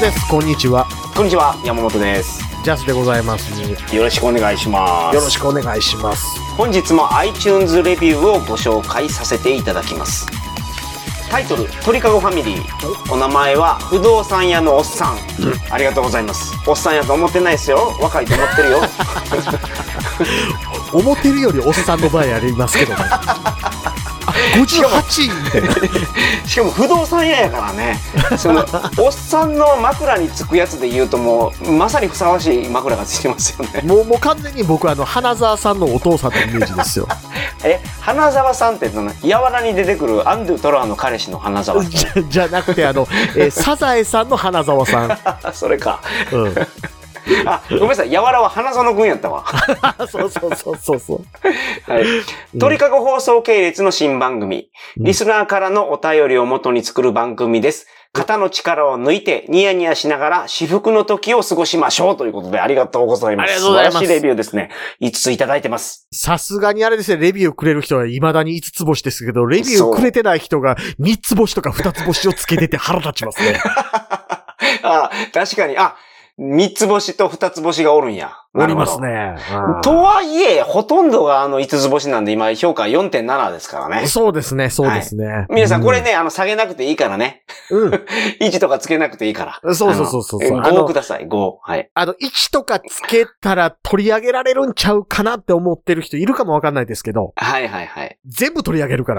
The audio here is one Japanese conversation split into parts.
です。こんにちは。 こんにちは、山本です。 ジャスでございます。 よろしくお願いします。 よろしくお願いします。 本日も iTunes レビューをご紹介させていただきます。タイトル、鳥かごファミリー。お名前は不動産屋のおっさん。ありがとうございます。おっさんやと思ってないですよ。若いと思ってるよ。 思ってるよりおっさんの場合ありますけどね。58みたいな。 しかも不動産屋やからね。そのおっさんの枕につくやつで言うともうまさにふさわしい枕がついてますよね。 もう完全に僕花澤さんのお父さんのイメージですよ。 花澤さんってやわらに出てくるアンドゥトラーの彼氏の花澤さんじゃなくてサザエさんの花澤さん。 それか。 うん。 ごめんなさい、やわらは花園くんやったわ。 そう。 はい。鳥かご放送系列の新番組、リスナーからのお便りを元に作る番組です。肩の力を抜いてニヤニヤしながら至福の時を過ごしましょうということでありがとうございます。 ありがとうございます。 素晴らしいレビューですね。5ついただいてます。 さすがにあれですね、レビューくれる人は未だに5つ星ですけど、レビューくれてない人が3つ星とか2つ星をつけてて腹立ちますね。 確かに、3つ星と2つ星がおるんや。 おりますね。 とはいえ、ほとんどが5つ星なんで、今評価 4.7 ですからね。 そうですね。 はい、皆さん、これね、下げなくていいからね。 うん。 1とかつけなくていいから。 そう。 5ください、5。はい。 1とかつけたら取り上げられるんちゃうかなって思ってる人いるかもわかんないですけど。 はい。 全部取り上げるから。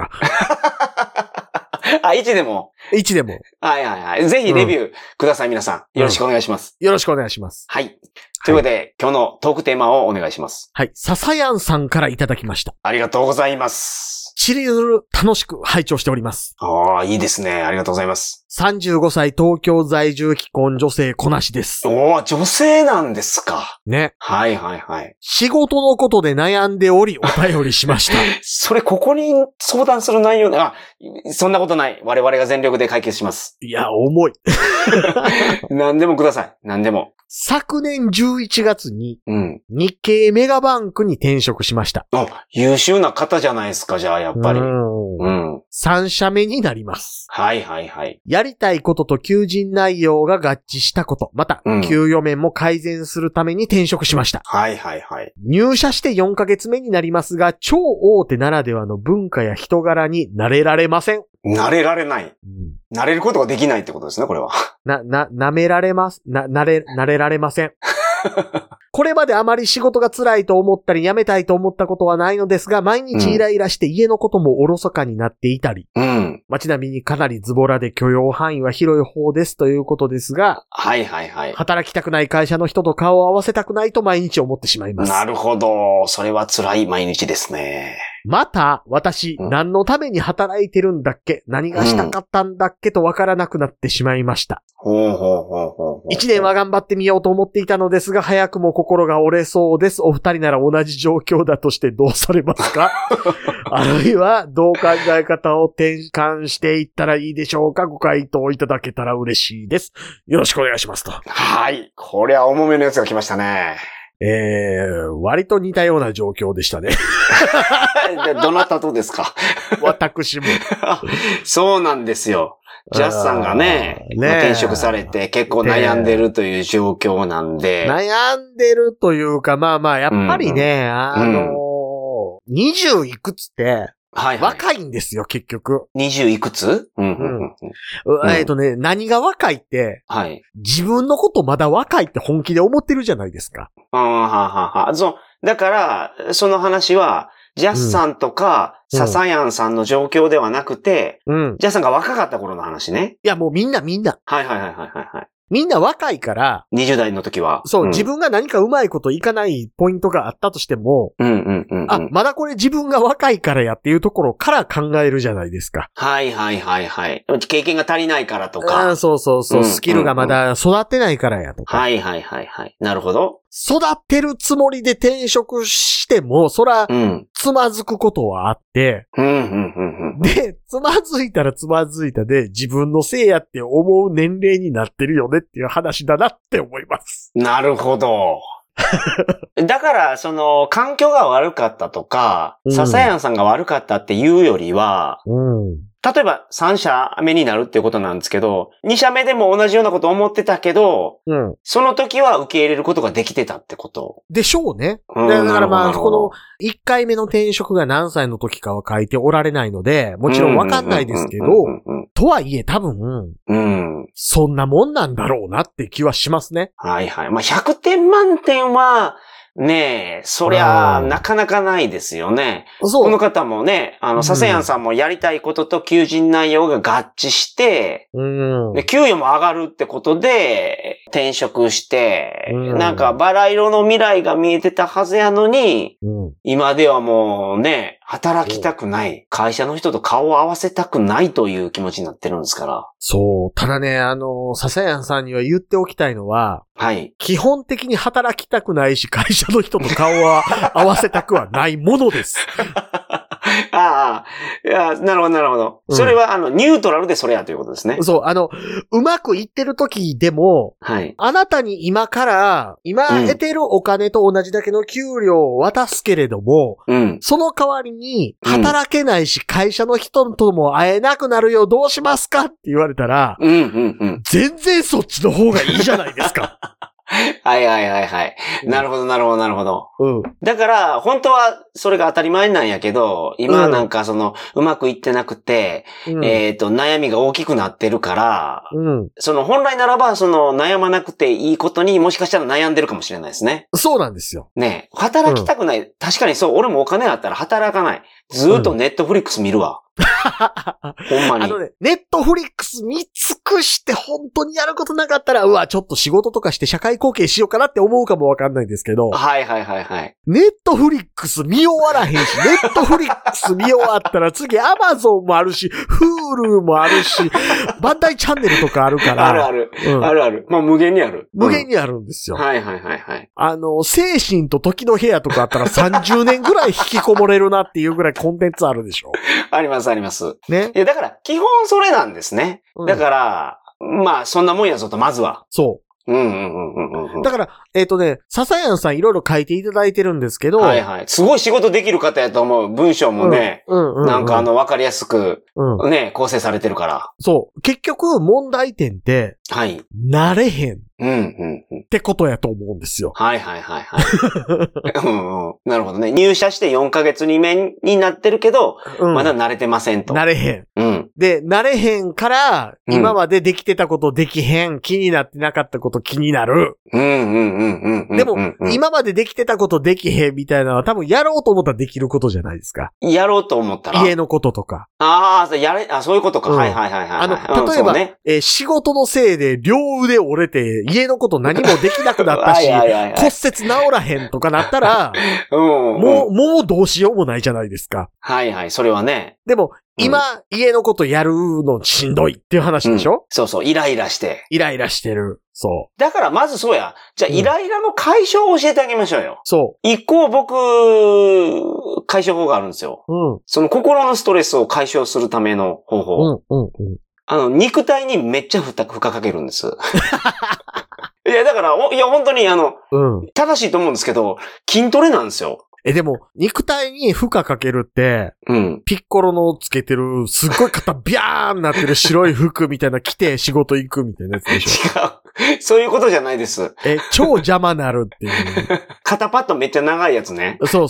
1でも。 1でも。 はい。ぜひレビューください、皆さん。よろしくお願いします。 よろしくお願いします。 はい。ということで、今日のトークテーマをお願いします。 はい。笹やんさんからいただきました。 ありがとうございます。 チリヌル楽しく拝聴しております。 いいですね。ありがとうございます。 35歳東京在住既婚女性こなしです。 女性なんですか。 ね。 はい。 仕事のことで悩んでおりお便りしました。 それここに相談する内容そんなことない。我々が全力で解決します。 いや、重い。 何でもください。何でも。 昨年11月に、日経メガバンクに転職しました。 優秀な方じゃないですか、じゃあ、やっぱり。 3社目になります。 はい。 やりたいことと求人内容が合致したこと、また、給与面も改善するために転職しました。 はい。 入社して4ヶ月目になりますが、超大手ならではの文化や人柄に慣れられません。 慣れられない。慣れることができないってことですね、これは。 慣れられません。これまであまり仕事が辛いと思ったり辞めたいと思ったことはないのですが、毎日イライラして家のこともおろそかになっていたり、街並みにかなりズボラで許容範囲は広い方ですということですが、 はい。 働きたくない会社の人と顔を合わせたくないと毎日思ってしまいます。 なるほど。それは辛い毎日ですね。 また、私、何のために働いてるんだっけ？何がしたかったんだっけとわからなくなってしまいました。1年は頑張ってみようと思っていたのですが、早くも心が折れそうです。お二人なら同じ状況だとしてどうされますか？あるいは、どう考え方を転換していったらいいでしょうか？ご回答いただけたら嬉しいです。よろしくお願いしますと。 はい。これは重めのやつが来ましたね。 割と似たような状況でしたね。 どなたとですか？ 私も。 そうなんですよ。ジャスさんがね、転職されて結構悩んでるという状況なんで。 悩んでるというか、やっぱりね、20いくつって、若いんですよ、結局。 20いくつ？ 何が若いって、自分のことまだ若いって本気で思ってるじゃないですか。 だから、その話は、ジャスさんとか、笹やんさんの状況ではなくて、ジャスさんが若かった頃の話ね。 いや、もうみんな。 はい。 みんな若いから、 20代の時は。 そう、自分が何かうまいこといかないポイントがあったとしても、まだこれ自分が若いからやっていうところから考えるじゃないですか。 はい。経験が足りないからとか。 そう、スキルがまだ育ってないからやとか。 はい。なるほど。 育ってるつもりで転職しても、そら、つまずくことはあって、で、つまずいたらつまずいたで、自分のせいやって思う年齢になってるよねっていう話だなって思います。 なるほど。だから、環境が悪かったとか、笹谷さんが悪かったっていうよりは、 例えば3社目になるっていうことなんですけど、2社目でも同じようなことを思ってたけど、その時は受け入れることができてたってこと。 でしょうね。だからまあ、この1回目の転職が何歳の時かは書いておられないので、もちろんわかんないですけど、とはいえ多分、そんなもんなんだろうなって気はしますね。 はいはい。まあ、100点満点は、ねえ、そりゃ、なかなかないですよね。この方もね、笹谷さんもやりたいことと求人内容が合致して、で給与も上がるってことで、転職して、なんかバラ色の未来が見えてたはずやのに、今ではもうね、働きたくない。会社の人と顔を合わせたくないという気持ちになってるんですから。 そう。ただね、笹谷さんには言っておきたいのは、 はい。 基本的に働きたくないし、会社の人と顔は合わせたくはないものです。 ああ、いや、なるほど、なるほど。それは、ニュートラルでそれやということですね。 そう、うまくいってる時でも、 はい。 あなたに今得てるお金と同じだけの給料を渡すけれども、その代わりに、働けないし、会社の人とも会えなくなるよ、どうしますかって言われたら、全然そっちの方がいいじゃないですか。 はいはいはいはい。なるほどなるほどなるほど。だから、本当はそれが当たり前なんやけど、今なんかうまくいってなくて、悩みが大きくなってるから、本来ならば、悩まなくていいことにもしかしたら悩んでるかもしれないですね。 そうなんですよ。 ね、働きたくない。確かにそう、俺もお金あったら働かない。ずーっとネットフリックス見るわ。ほんまに。 ネットフリックス見尽くして本当にやることなかったら、ちょっと仕事とかして社会貢献しようかなって思うかもわかんないんですけど。 はいはいはいはい。 ネットフリックス見終わらへんし、ネットフリックス見終わったら次アマゾンもあるし、Hulu もあるし、バンダイチャンネルとかあるから。 あるある。あるある。まあ無限にある。 無限にあるんですよ。 はいはいはいはい。 精神と時の部屋とかあったら30年ぐらい引きこもれるなっていうぐらいコンテンツあるでしょ。ありますあります。 ね。 いやだから基本それなんですね。だから、まあそんなもんやぞとまずは。 そう。だから、笹谷さんいろいろ書いていただいてるんですけど。 はいはい。すごい仕事できる方やと思う。文章もね。なんかわかりやすく、ね、構成されてるから。 そう。結局、問題点って、 はい。 なれへん。ってことやと思うんですよ。 はいはいはいはい。なるほどね。入社して4ヶ月目になってるけど、まだ慣れてませんと。 慣れへん。で、慣れへんから、今までできてたことできへん、気になってなかったこと気になる。でも、今までできてたことできへんみたいなのは多分やろうと思ったらできることじゃないですか。 やろうと思ったら家のこととか。 そういうことか。はいはいはいはい。 例えば、仕事のせいで両腕折れて家のこと何もできなくなったし、骨折治らへんとかなったら、もうどうしようもないじゃないですか。 はいはい、それはね。 でも、今、家のことやるのしんどいっていう話でしょ？ そうそう、イライラして。 イライラしてる。そう。 だからまずそうや。じゃあ、イライラの解消を教えてあげましょうよ。 そう。 一個僕、解消法があるんですよ。その心のストレスを解消するための方法。肉体にめっちゃ負荷かけるんです。いや、だから、本当に正しいと思うんですけど、筋トレなんですよ。 でも、肉体に負荷かけるって、ピッコロのつけてる、すっごい肩ビャーンなってる白い服みたいな着て仕事行くみたいなやつでしょ。 違う。そういうことじゃないです。 超邪魔なるっていう。 肩パッドめっちゃ長いやつね。 そう。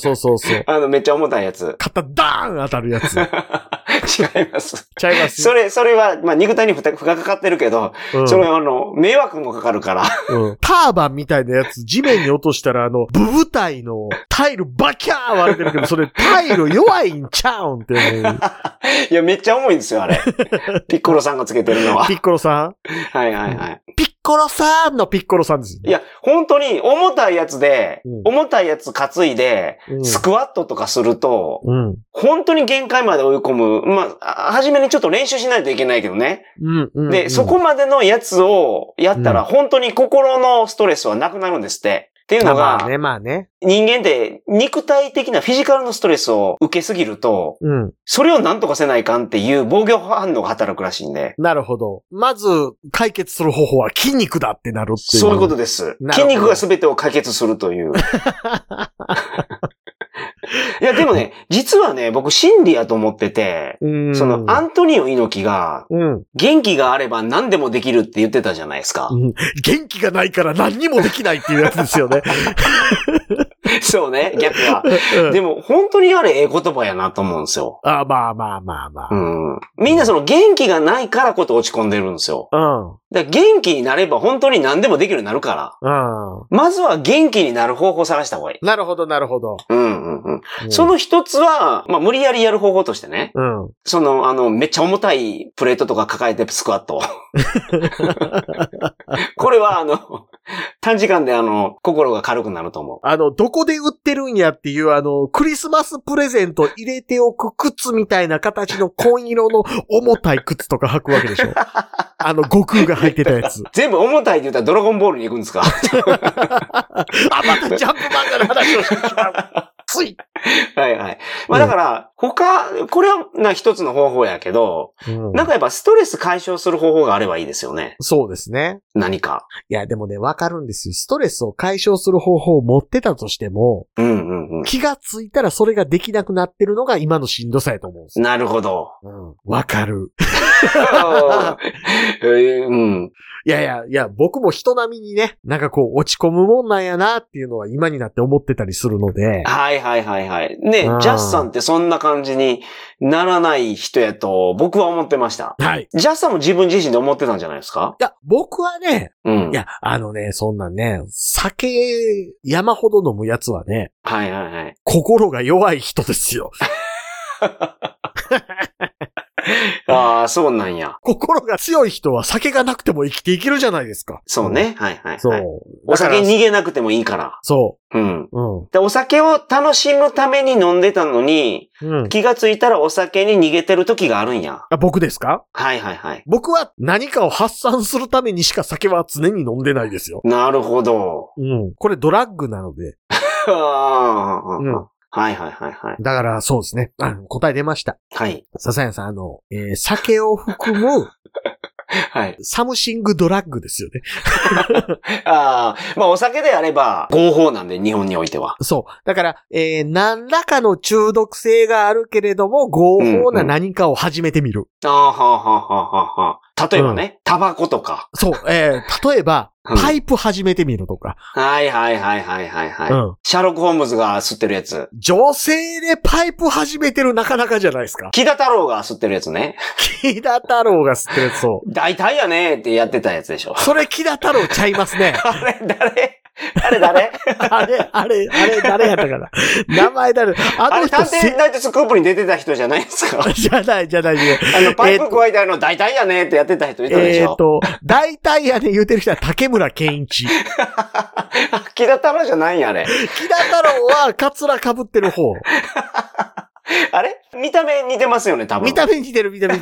めっちゃ重たいやつ。 肩ダーン当たるやつ。 違います。 違います。 それは、まあ、肉体に負荷かかってるけど、それは迷惑もかかるから。 ターバンみたいなやつ、地面に落としたらブ舞台のタイルバキャー割れてるけど、それタイル弱いんちゃうんって。 いや、めっちゃ重いんですよ、あれ。ピッコロさんがつけてるのは。 ピッコロさん？ はいはいはい。 ピッコロさんのピッコロさんですよね。 いや、本当に重たいやつで、重たいやつ担いで、スクワットとかすると、本当に限界まで追い込む。まあ、初めにちょっと練習しないといけないけどね。で、そこまでのやつをやったら、本当に心のストレスはなくなるんですって。っていうのが、 まあね。 人間って肉体的なフィジカルのストレスを受けすぎると、それをなんとかせないかんっていう防御反応が働くらしいんで。 なるほど。まず解決する方法は筋肉だってなるっていう。 そういうことです。筋肉が全てを解決するという。 いや、でもね、実はね、僕真理やと思ってて、そのアントニオ猪木が、元気があれば何でもできるって言ってたじゃないですか。 元気がないから何にもできないっていうやつですよね。 そうね、逆は。でも、本当にあれ、言葉やなと思うんですよ。 まあ。 みんなその元気がないからこと落ち込んでるんですよ。だから元気になれば本当に何でもできるようになるから。まずは元気になる方法を探した方がいい。 なるほど。 その一つは、まあ、無理やりやる方法としてね。その、めっちゃ重たいプレートとか抱えてスクワット。これは、短時間で心が軽くなると思う。 どこで売ってるんやっていう、クリスマスプレゼント入れておく靴みたいな形の紺色の重たい靴とか履くわけでしょ。悟空が履いてたやつ。 全部重たいって言ったらドラゴンボールに行くんですか？ またジャンプ漫画の話をしてしまう。つい。 はいはい。まあだから、これは一つの方法やけど、なんかやっぱストレス解消する方法があればいいですよね。 そうですね。 何か。 いや、でもね、わかるんですよ。ストレスを解消する方法を持ってたとしても、気がついたらそれができなくなってるのが今のしんどさやと思うんですよ。 なるほど。 わかる。いや、僕も人並みにね、なんかこう落ち込むもんなんやなっていうのは今になって思ってたりするので。 はい。ね、ジャスさんってそんな感じにならない人やと僕は思ってました。 はい。 ジャスさんも自分自身で思ってたんじゃないですか？ いや、僕はね、いや、そんなんね、酒山ほど飲むやつはね、 はい。 心が弱い人ですよ。 ああ、そうなんや。 心が強い人は酒がなくても生きていけるじゃないですか。 そうね。はい。 そう。 お酒に逃げなくてもいいから。 そう。 で、お酒を楽しむために飲んでたのに、気がついたらお酒に逃げてる時があるんや。 僕ですか？ はい。 僕は何かを発散するためにしか酒は常に飲んでないですよ。 なるほど。 これドラッグなので。 はい。 だから、そうですね。答え出ました。 はい。 笹谷さん、酒を含む、 はい。 サムシングドラッグですよね。 まあお酒であれば合法なんで、日本においては。 そう。だから、何らかの中毒性があるけれども、合法な何かを始めてみる。 例えばね、タバコとか。 そう。例えば、パイプ始めてみるとか。 はい。シャーロック・ホームズが吸ってるやつ。 女性でパイプ始めてるなかなかじゃないですか。 木田太郎が吸ってるやつね。 木田太郎が吸ってるやつ、そう。 大体やねってやってたやつでしょ。 それ木田太郎ちゃいますね。 あれ誰誰やったかな。名前誰？ あれ探偵ナイトスクープに出てた人じゃないですか？ じゃない。 パイプ加えて大体やねってやってた人いたでしょ？ 大体やね言うてる人は竹村健一。 木田太郎じゃないんや、あれ。 木田太郎はカツラ被ってる方。 あれ見た目似てますよね、多分。 見た目似てる。木田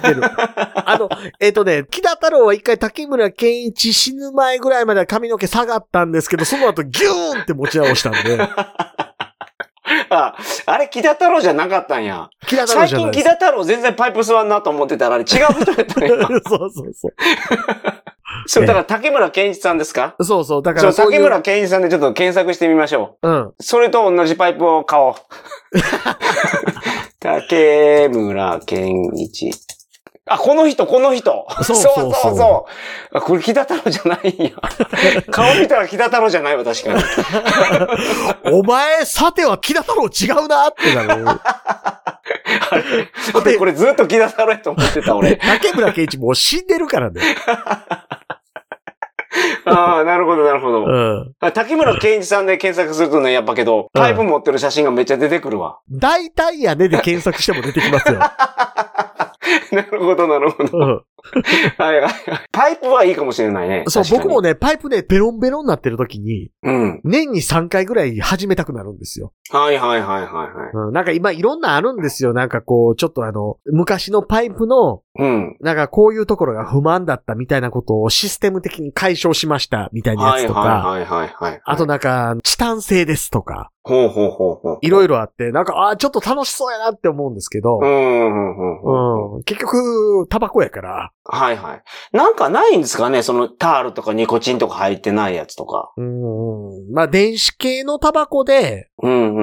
太郎は一回竹村健一死ぬ前ぐらいまでは髪の毛下がったんですけど、その後ギューンって持ち直したんで。 あれ、木田太郎じゃなかったんや。最近木田太郎全然パイプ吸わんなと思ってたら、あれ違う人やったんや。 そう。 そう、だから竹村健一さんですか？ そう。だから竹村健一さんでちょっと検索してみましょう。それと同じパイプを買おう。竹村健一。この人。そう。これ木田太郎じゃないんや。顔見たら木田太郎じゃないわ、確かに。 お前、さては木田太郎違うなってなる。 これずっと木田太郎やと思ってた、俺。 竹村健一もう死んでるからね。 なるほど。竹村健一さんで検索するとね、やっぱけど、パイプ持ってる写真がめっちゃ出てくるわ。 大体やねで検索しても出てきますよ。 なるほど。はい。パイプはいいかもしれないね。 そう、僕もね、パイプね、ベロンベロンになってる時に、年に3回ぐらい始めたくなるんですよ。 はい。 なんか今いろんなあるんですよ。なんかこう、ちょっと昔のパイプの、なんかこういうところが不満だったみたいなことをシステム的に解消しましたみたいなやつとか、あとなんか、チタン製ですとか、いろいろあって、なんか、ちょっと楽しそうやなって思うんですけど、結局、タバコやから。 はい。なんかないんですかね、そのタールとかニコチンとか入ってないやつとか。 まあ、電子系のタバコで、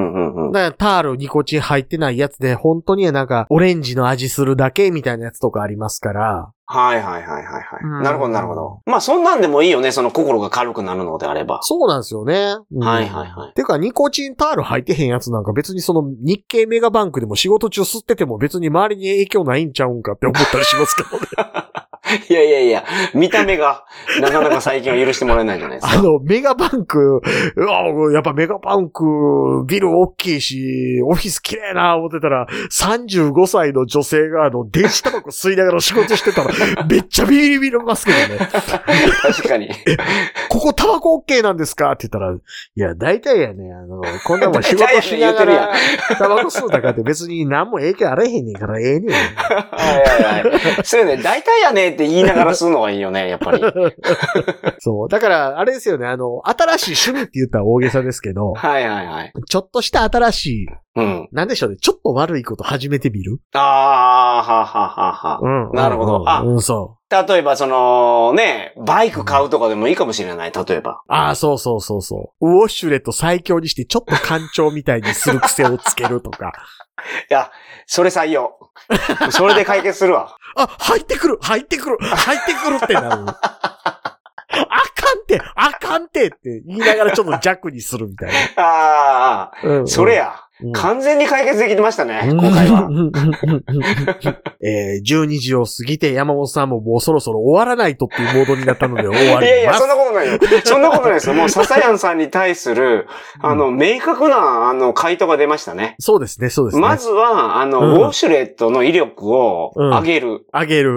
うん。 だからタールニコチン入ってないやつで、本当になんかオレンジの味するだけみたいなやつとかありますから。 はいはいはいはいはい。なるほどなるほど。まあそんなんでもいいよね、その心が軽くなるのであれば。 そうなんですよね。 はいはいはい。 てかニコチンタール入ってへんやつなんか別にその日系メガバンクでも仕事中吸ってても別に周りに影響ないんちゃうんかって思ったりしますけどね。 いやいやいや、見た目がなかなか最近は許してもらえないじゃないですか。 メガバンク、やっぱメガバンク、ビル大きいし、オフィス綺麗な思ってたら、35歳の女性が電子タバコ吸いながら仕事してたら、めっちゃビビりますけどね。 確かに。 ここタバコ OK なんですかって言ったら、いや、大体やね、こんなもん仕事しながら、タバコ吸うたかって別に何も影響あれへんねんからええねん。 はいはいはい。そうよね、大体やねって言いながら吸うのがいいよね、やっぱり。 そう。だから、あれですよね、新しい趣味って言ったら大げさですけど、 はいはいはい。 ちょっとした新しい、 うん。 なんでしょうね、ちょっと悪いこと始めてみる？ ああ、はははは。 うん。 なるほど。 そう。 例えば、ね、バイク買うとかでもいいかもしれない、例えば。 そうそうそうそう。ウォシュレット最強にしてちょっと干潮みたいにする癖をつけるとか。 いや、それ採用。それで解決するわ。 入ってくるってなる。あかんってって言いながらちょっと弱にするみたいな。 それや。完全に解決できてましたね、今回は。 12時を過ぎて山本さんももうそろそろ終わらないとっていうモードになったので終わります。 いやいや、そんなことないよ。そんなことないですよ。もう、笹谷さんに対する、明確な、回答が出ましたね。 そうですね、そうですね。 まずは、ウォシュレットの威力を上げる。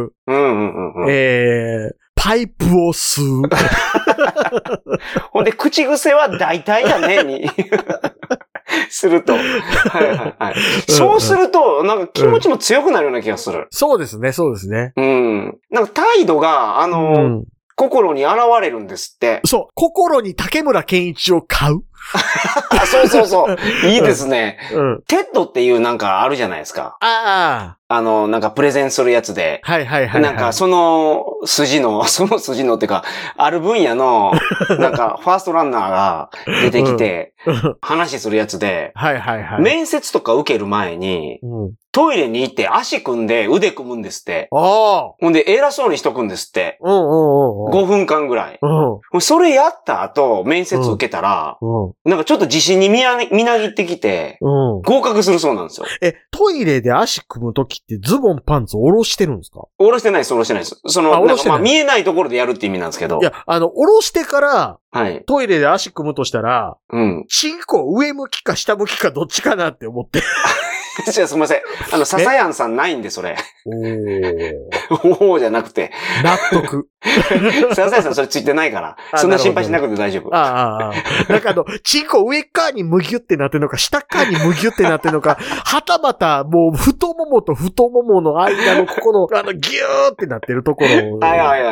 パイプを吸う。 ほんで、口癖は大体だね、に。すると。はいはいはい。そうすると、なんか気持ちも強くなるような気がする。 そうですね、そうですね。 なんか態度が、心に現れるんですって。 そう。心に竹村健一を買う。 そうそうそう。いいですね。テッドっていうなんかあるじゃないですか。なんかプレゼンするやつで。 はいはいはい。 なんかその筋のっていうか、ある分野の、なんかファーストランナーが出てきて、話するやつで、 はいはいはい。 面接とか受ける前に、トイレに行って足組んで腕組むんですって。ほんで偉そうにしとくんですって。5分間ぐらい。それやった後、面接受けたら、なんかちょっと自信にみなぎってきて、合格するそうなんですよ。 トイレで足組むときってズボンパンツ下ろしてるんですか？ 下ろしてないです、下ろしてないです。見えないところでやるって意味なんですけど。 いや、下ろしてから、トイレで足組むとしたら、チンコ上向きか下向きかどっちかなって思って。 じゃあすみません。笹谷さんないんで、それ。おーじゃなくて。 納得。 笹谷さんそれついてないから。そんな心配しなくて大丈夫。 なんかチンコ上側にむぎゅってなってるのか、下側にむぎゅってなってるのか、はたまたもう太ももと太ももの間のここの、ギューってなってるところ。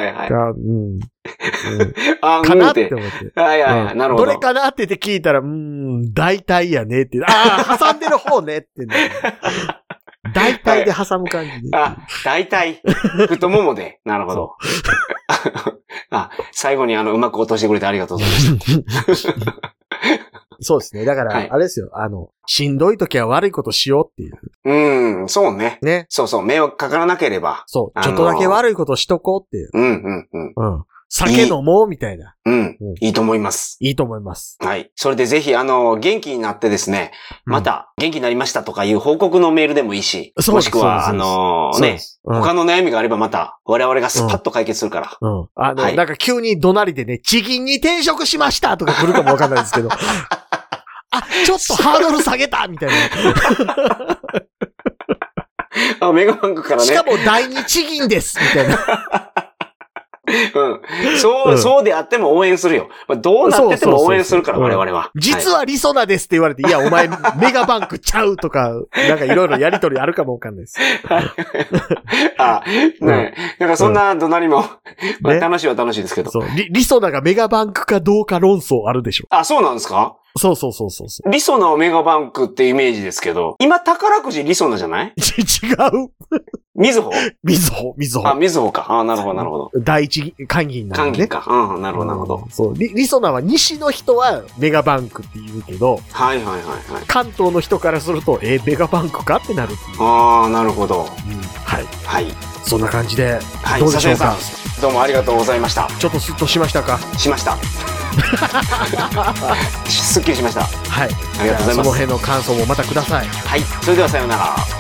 かなって思って。 なるほど。 どれかなって聞いたら、大体やねって。挟んでる方ねって。大体で挟む感じで。 大体。太ももで。なるほど。最後にうまく落としてくれてありがとうございました。 そうですね。だから、あれですよ。しんどい時は悪いことしようっていう。そうね。そうそう。迷惑かからなければ。 そう。ちょっとだけ悪いことしとこうっていう。酒飲もうみたいな。 いいと思います。 いいと思います。 はい。それでぜひ、元気になってですね、また、元気になりましたとかいう報告のメールでもいいし、もしくは、他の悩みがあればまた、我々がスパッと解決するから。 なんか急に怒鳴りでね、地銀に転職しましたとか来るかもわかんないですけど、ちょっとハードル下げたみたいな。メガバンクからね。 しかも第二地銀ですみたいな。 そうであっても応援するよ。どうなってても応援するから、我々は。 実はリソナですって言われて、いや、お前、メガバンクちゃうとか、なんかいろいろやりとりあるかもわかんないです。 ら、ね、なんかそんな怒鳴りも、まあ楽しいは楽しいですけど。 そう、リソナがメガバンクかどうか論争あるでしょ。 あ、そうなんですか？ そう。 リソナはメガバンクってイメージですけど、今宝くじリソナじゃない？ 違う。 みずほ。 あ、 みずほか。あ、なるほど。 第一関銀なんでね。 関銀か。うん、なるほど。 そう。リソナは西の人はメガバンクって言うけど、 はい。 関東の人からすると、メガバンクかってなるっていう。 ああ、なるほど。 はい。そんな感じで、 はい、 どうでしょうか。 どうもありがとうございました。 ちょっとスッとしましたか？ しました。すっきりしました。 はい。 ありがとうございます。 その辺の感想もまたください。 はい。それではさようなら。